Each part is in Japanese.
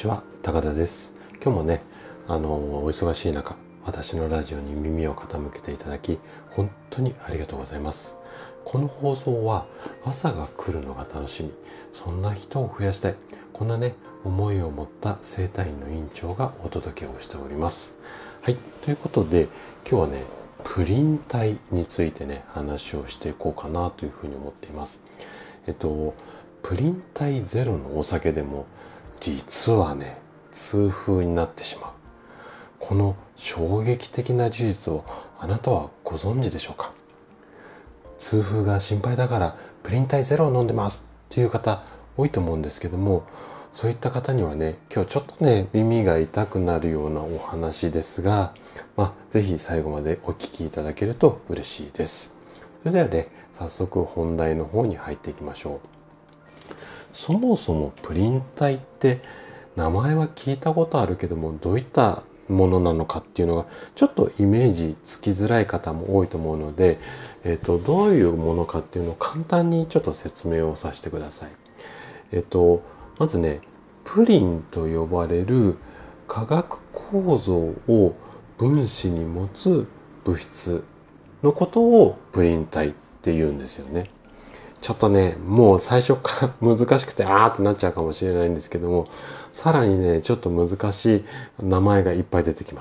ちは、高田です。今日もね、お忙しい中、私のラジオに耳を傾けていただき、本当にありがとうございます。この放送は、朝が来るのが楽しみ、そんな人を増やしたい、こんなね、思いを持った整体院の院長がお届けをしております。はい、ということで、今日はね、プリン体についてね、話をしていこうかなというふうに思っています。プリン体ゼロのお酒でも、実はね、痛風になってしまう。この衝撃的な事実をあなたはご存知でしょうか？痛風が心配だからプリン体ゼロを飲んでますっていう方多いと思うんですけども、そういった方にはね、今日ちょっとね、耳が痛くなるようなお話ですが、ぜひ最後までお聞きいただけると嬉しいです。それではね、早速本題の方に入っていきましょう。そもそもプリン体って名前は聞いたことあるけども、どういったものなのかっていうのがちょっとイメージつきづらい方も多いと思うので、どういうものかっていうのを簡単にちょっと説明をさせてください。まずね、プリンと呼ばれる化学構造を分子に持つ物質のことをプリン体って言うんですよね。ちょっとね、もう最初から難しくてってなっちゃうかもしれないんですけども、さらにね、ちょっと難しい名前がいっぱい出てきます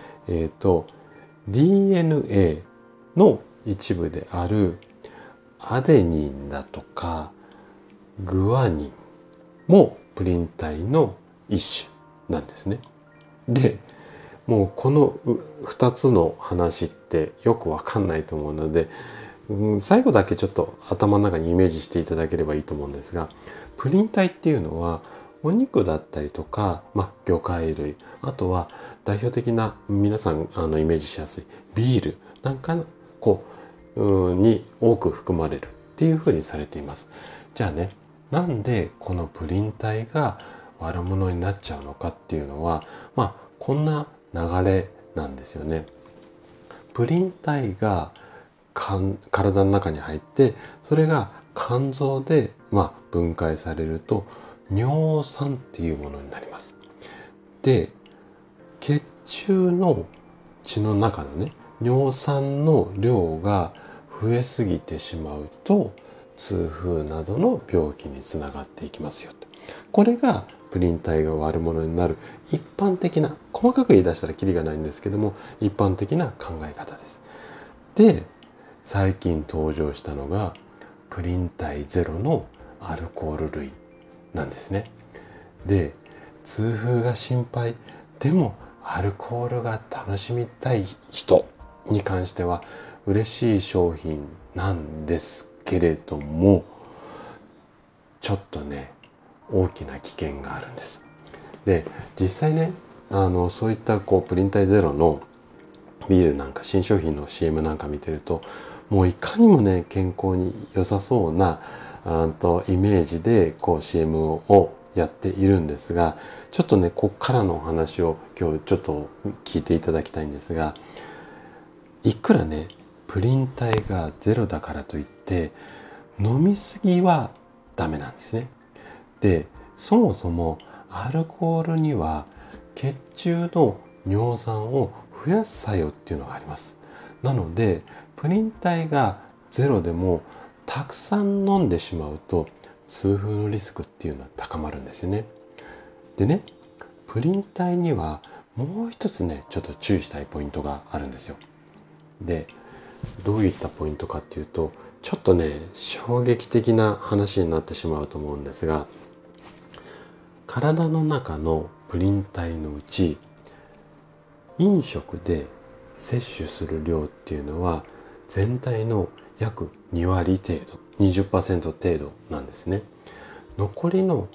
。DNA の一部であるアデニンだとかグアニンもプリン体の一種なんですね。で、もうこの2つの話ってよくわかんないと思うので、最後だけちょっと頭の中にイメージしていただければいいと思うんですが、プリン体っていうのはお肉だったりとか、魚介類、あとは代表的な皆さんイメージしやすいビールなんかに多く含まれるっていうふうにされています。じゃあね、なんでこのプリン体が悪者になっちゃうのかっていうのは、こんな流れなんですよね。プリン体が体の中に入って、それが肝臓で分解されると尿酸っていうものになります。で、血中の血の中のね、尿酸の量が増えすぎてしまうと痛風などの病気につながっていきますよと。これがプリン体が悪者になる一般的な、細かく言い出したらキリがないんですけども、一般的な考え方です。で、最近登場したのがプリン体ゼロのアルコール類なんですね。で、痛風が心配でもアルコールが楽しみたい人に関しては嬉しい商品なんですけれども、ちょっとね、大きな危険があるんです。で、実際ね、そういったプリン体ゼロのビールなんか新商品の CM なんか見てると、もういかにもね、健康に良さそうなイメージでCM をやっているんですが、ちょっとね、こっからのお話を今日ちょっと聞いていただきたいんですが、いくらね、プリン体がゼロだからといって飲みすぎはダメなんですね。で、そもそもアルコールには血中の尿酸を増やす作用っていうのがあります。なのでプリン体がゼロでもたくさん飲んでしまうと痛風のリスクっていうのは高まるんですよね。でね、プリン体にはもう一つね、ちょっと注意したいポイントがあるんですよ。で、どういったポイントかっていうと、ちょっとね、衝撃的な話になってしまうと思うんですが、体の中のプリン体のうち飲食で摂取する量っていうのは全体の約2割程度、20% 程度なんですね。残りの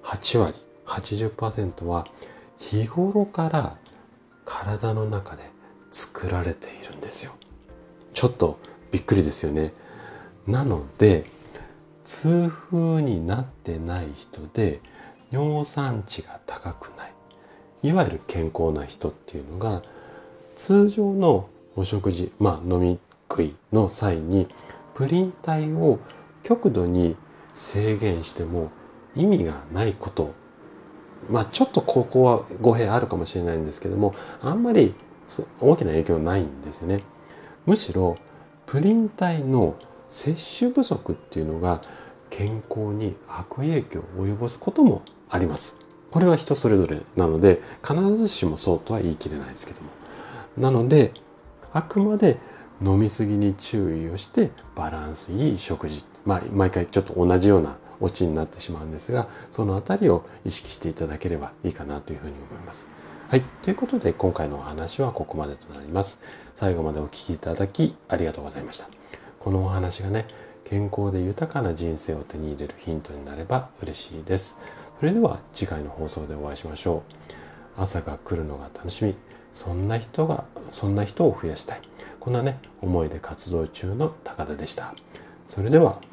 8割、80% は日頃から体の中で作られているんですよ。ちょっとびっくりですよね。なので、痛風になってない人で尿酸値が高くない、いわゆる健康な人っていうのが通常のお食事、飲み食いの際にプリン体を極度に制限しても意味がないことちょっとここは語弊あるかもしれないんですけども、あんまり大きな影響ないんですよね。むしろプリン体の摂取不足っていうのが健康に悪影響を及ぼすこともあります。これは人それぞれなので必ずしもそうとは言い切れないですけども、なのであくまで飲みすぎに注意をしてバランスいい食事、毎回ちょっと同じようなオチになってしまうんですが、そのあたりを意識していただければいいかなというふうに思います。はい。ということで今回のお話はここまでとなります。最後までお聞きいただきありがとうございました。このお話がね、健康で豊かな人生を手に入れるヒントになれば嬉しいです。それでは次回の放送でお会いしましょう。朝が来るのが楽しみ。そんな人を増やしたい。こんなね、思いで活動中の高田でした。それでは